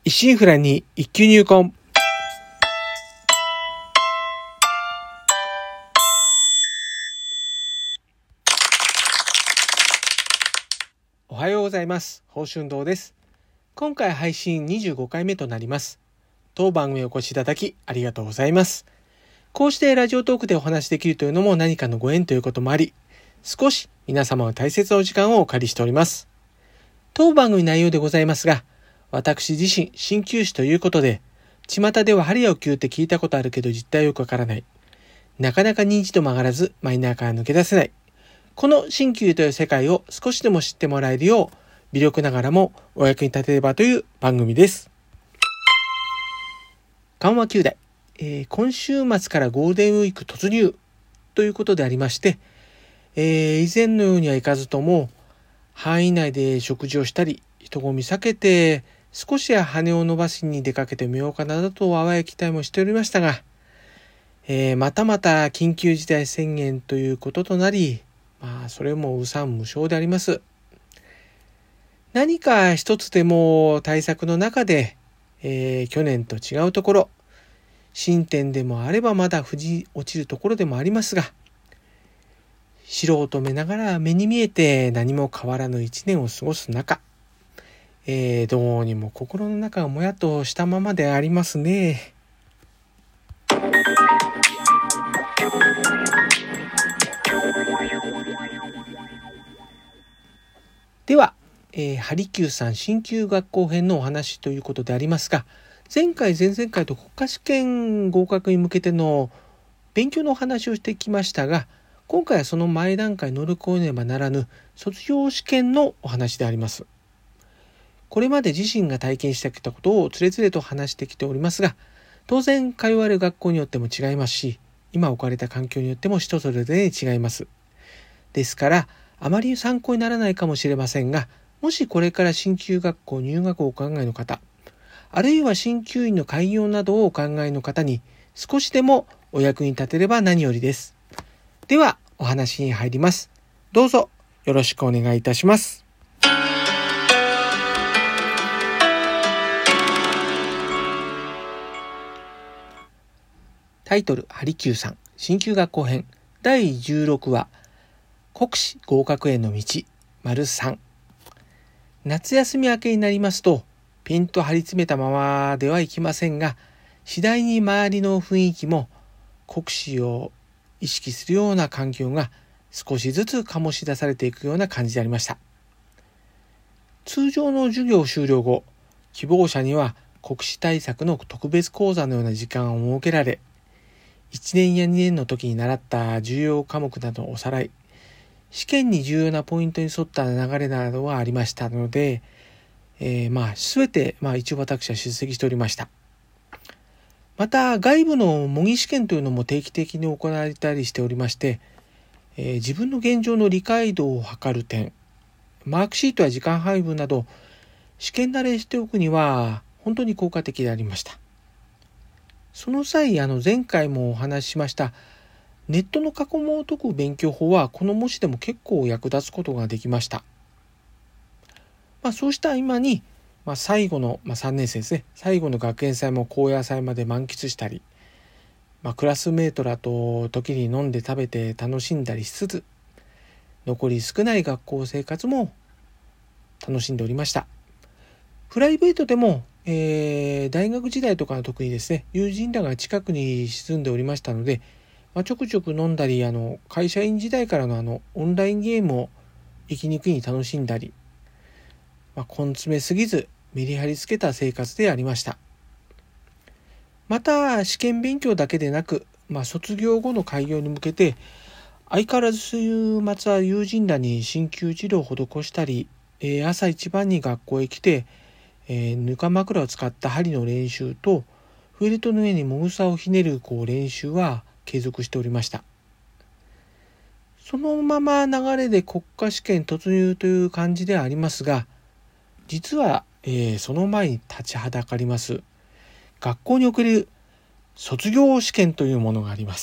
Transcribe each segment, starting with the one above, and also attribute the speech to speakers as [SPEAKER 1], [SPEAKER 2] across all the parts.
[SPEAKER 1] 一心不乱に一級入魂。おはようございます。宝春堂です。今回配信25回目となります。当番組をお越しいただきありがとうございます。こうしてラジオトークでお話しできるというのも何かのご縁ということもあり、少し皆様の大切なお時間をお借りしております。当番組内容でございますが、私自身鍼灸師ということで、巷では針を灸って聞いたことあるけど実態よくわからない。なかなか認知度も上がらずマイナーから抜け出せない。この鍼灸という世界を少しでも知ってもらえるよう、微力ながらもお役に立てればという番組です。緩和9代、今週末からゴールデンウィーク突入ということでありまして、以前のようにはいかずとも範囲内で食事をしたり、人混み避けて少しは羽を伸ばしに出かけてみようかなと淡い期待もしておりましたが、またまた緊急事態宣言ということとなり、それも無産無償であります。何か一つでも対策の中で、去年と違うところ、進展でもあればまだ落ちるところでもありますが、素人目ながら目に見えて何も変わらぬ一年を過ごす中、どうにも心の中がもやっとしたままでありますね。では、ハリキューさん鍼灸学校編のお話ということでありますが、前回前々回と国家試験合格に向けての勉強のお話をしてきましたが、今回はその前段階に乗り越えねばならぬ卒業試験のお話であります。これまで自身が体験してきたことをつれつれと話してきておりますが、当然通われる学校によっても違いますし、今置かれた環境によっても人それぞれ違います。ですからあまり参考にならないかもしれませんが、もしこれから鍼灸学校入学をお考えの方、あるいは鍼灸院の開業などをお考えの方に少しでもお役に立てれば何よりです。ではお話に入ります。どうぞよろしくお願いいたします。タイトル、ハリキューさん鍼灸学校編第16話、国試合格への道 ③。 夏休み明けになりますとピンと張り詰めたままではいきませんが、次第に周りの雰囲気も国試を意識するような環境が少しずつ醸し出されていくような感じでありました。通常の授業終了後、希望者には国試対策の特別講座のような時間を設けられ、1年や2年の時に習った重要科目などのおさらい、試験に重要なポイントに沿った流れなどはありましたので、すべて一応私は出席しておりました。また外部の模擬試験というのも定期的に行われたりしておりまして、自分の現状の理解度を測る点、マークシートや時間配分など試験慣れしておくには本当に効果的でありました。その際、前回もお話ししましたネットの過去問を解く勉強法はこの模試でも結構役立つことができました。そうした今に、最後の、3年生ですね、最後の学園祭も高野祭まで満喫したり、クラスメートらと時に飲んで食べて楽しんだりしつつ、残り少ない学校生活も楽しんでおりました。プライベートでも、大学時代とかは特にですね、友人らが近くに住んでおりましたので、ちょくちょく飲んだり、会社員時代からのオンラインゲームを息抜きに楽しんだり、根詰めすぎずメリハリつけた生活でありました。また試験勉強だけでなく、卒業後の開業に向けて相変わらず週末は友人らに鍼灸治療を施したり、朝一番に学校へ来て、ぬか枕を使った針の練習とフェルトの上にもぐさをひねる練習は継続しておりました。そのまま流れで国家試験突入という感じではありますが、実は、その前に立ちはだかります学校における卒業試験というものがあります。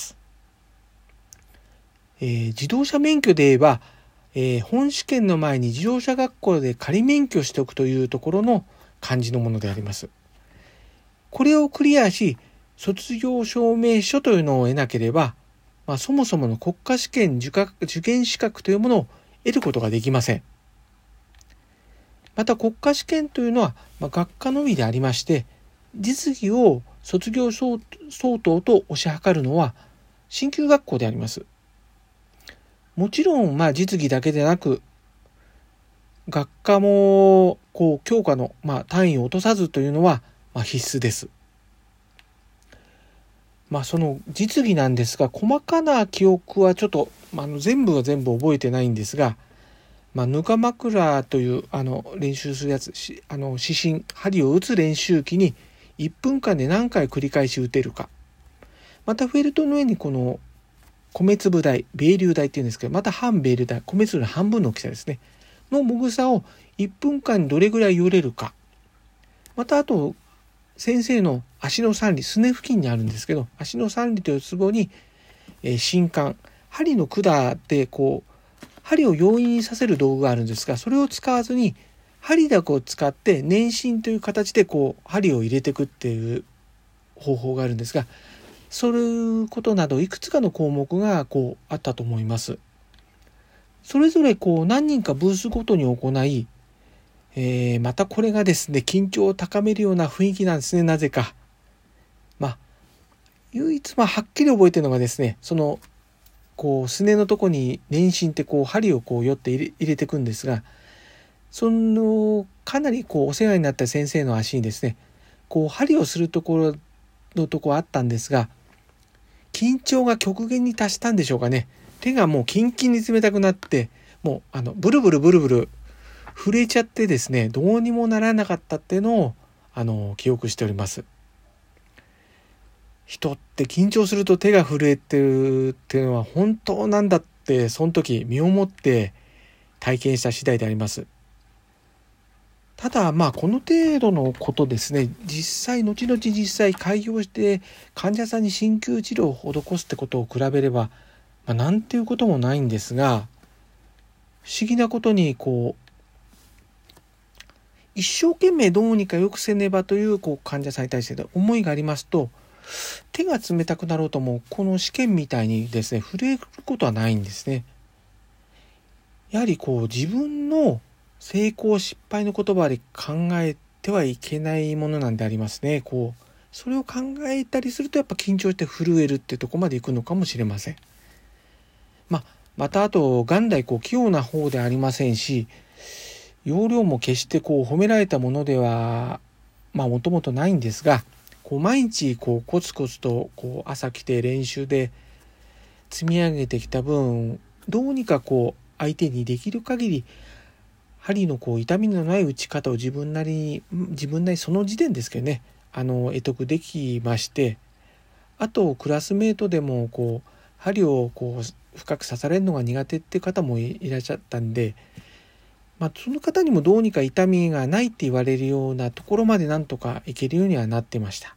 [SPEAKER 1] 自動車免許で言えば、本試験の前に自動車学校で仮免許しておくというところの感じのものであります。 これをクリアし、卒業証明書というのを得なければ、そもそもの国家試験受験資格というものを得ることができません。また国家試験というのは、学科のみでありまして、実技を卒業相当と推し量るのは進級学校であります。もちろん実技だけでなく、学科も教科の単位を落とさずというのは必須です。その実技なんですが、細かな記憶はちょっと全部覚えてないんですが、ぬか枕という練習するやつ、指針、針を打つ練習機に1分間で何回繰り返し打てるか。またフェルトの上にこの米粒大、米粒大っていうんですけど、また半米粒大、米粒の半分の大きさですね。のもぐさを1分間にどれぐらい寄れるか。またあと、先生の足の三里、すね付近にあるんですけど、足の三里というツボに、針管、針の管で針を容易にさせる道具があるんですが、それを使わずに、針だけを使って捻針という形で針を入れていくっていう方法があるんですが、そういうことなどいくつかの項目があったと思います。それぞれ何人かブースごとに行い、またこれがですね、緊張を高めるような雰囲気なんですね、なぜか。唯一はっきり覚えてるのがですね、そのすねのとこに捻針って針を寄って入れていくんですが、そのかなりお世話になった先生の足にですね、針をするところあったんですが、緊張が極限に達したんでしょうかね。手がもうキンキンに冷たくなって、もうブルブル震えちゃってですね、どうにもならなかったっていうのを記憶しております。人って緊張すると手が震えてるっていうのは本当なんだって、その時身をもって体験した次第であります。ただこの程度のことですね、後々開業して患者さんに鍼灸治療を施すってことを比べれば、なんていうこともないんですが、不思議なことに一生懸命どうにか良くせねばという患者さんに対しての思いがありますと、手が冷たくなろうともこの試験みたいにですね、震えることはないんですね。やはり自分の成功失敗の言葉で考えてはいけないものなんでありますね。それを考えたりするとやっぱ緊張して震えるってとこまで行くのかもしれません。またあと元来器用な方でありませんし、要領も決して褒められたものではもともとないんですが、毎日コツコツと朝来て練習で積み上げてきた分、どうにか相手にできる限り針の痛みのない打ち方を自分なりその時点ですけどね、得得できまして、あとクラスメートでも針を深く刺されるのが苦手っていう方もいらっしゃったんで、その方にもどうにか痛みがないって言われるようなところまでなんとかいけるようにはなってました。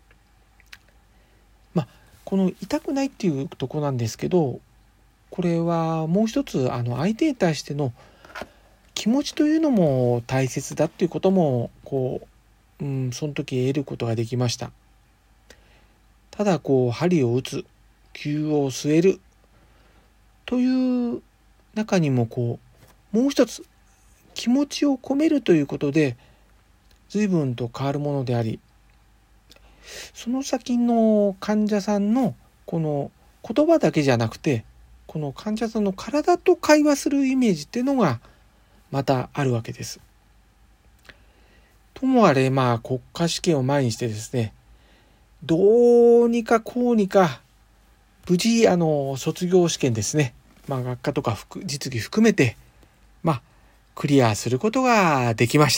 [SPEAKER 1] この痛くないっていうところなんですけど、これはもう一つ相手に対しての気持ちというのも大切だっていうこともその時得ることができました。ただ針を打つ、灸を据えるという中にももう一つ気持ちを込めるということで随分と変わるものであり、その先の患者さんのこの言葉だけじゃなくて、この患者さんの体と会話するイメージっていうのがまたあるわけです。ともあれ国家試験を前にしてですね、どうにかこうにか無事卒業試験ですね、学科とか実技含めてクリアすることができました。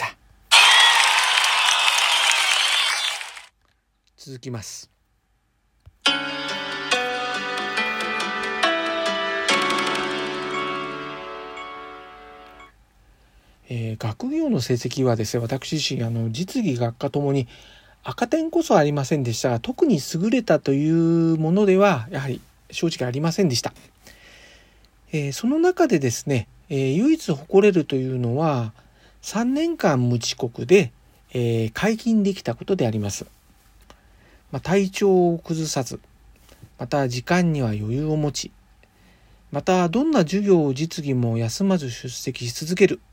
[SPEAKER 1] 続きます。学業の成績はですね、私自身実技学科ともに赤点こそありませんでしたが、特に優れたというものではやはり正直ありませんでした。その中でですね、唯一誇れるというのは3年間無遅刻で、解禁できたことであります。 体調を崩さず、また時間には余裕を持ち、またどんな授業実技も休まず出席し続ける。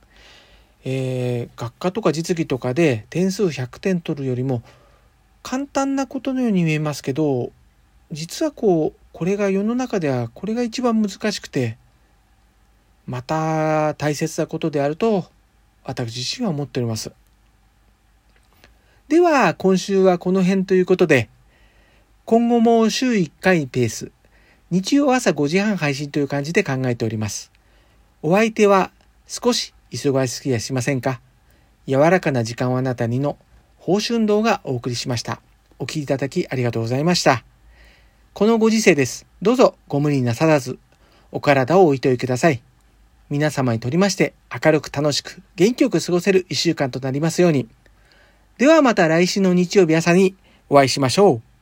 [SPEAKER 1] 学科とか実技とかで点数100点取るよりも簡単なことのように見えますけど、実はこれが世の中ではこれが一番難しくて、また大切なことであると私自身は思っております。では今週はこの辺ということで、今後も週1回ペース、日曜朝5時半配信という感じで考えております。お相手は少し忙しすぎやしませんか？柔らかな時間をあなたにの宝春堂がお送りしました。お聞きいただきありがとうございました。このご時世です。どうぞご無理なさらず、お体をおいといください。皆様にとりまして明るく楽しく元気よく過ごせる1週間となりますように。ではまた来週の日曜日朝にお会いしましょう。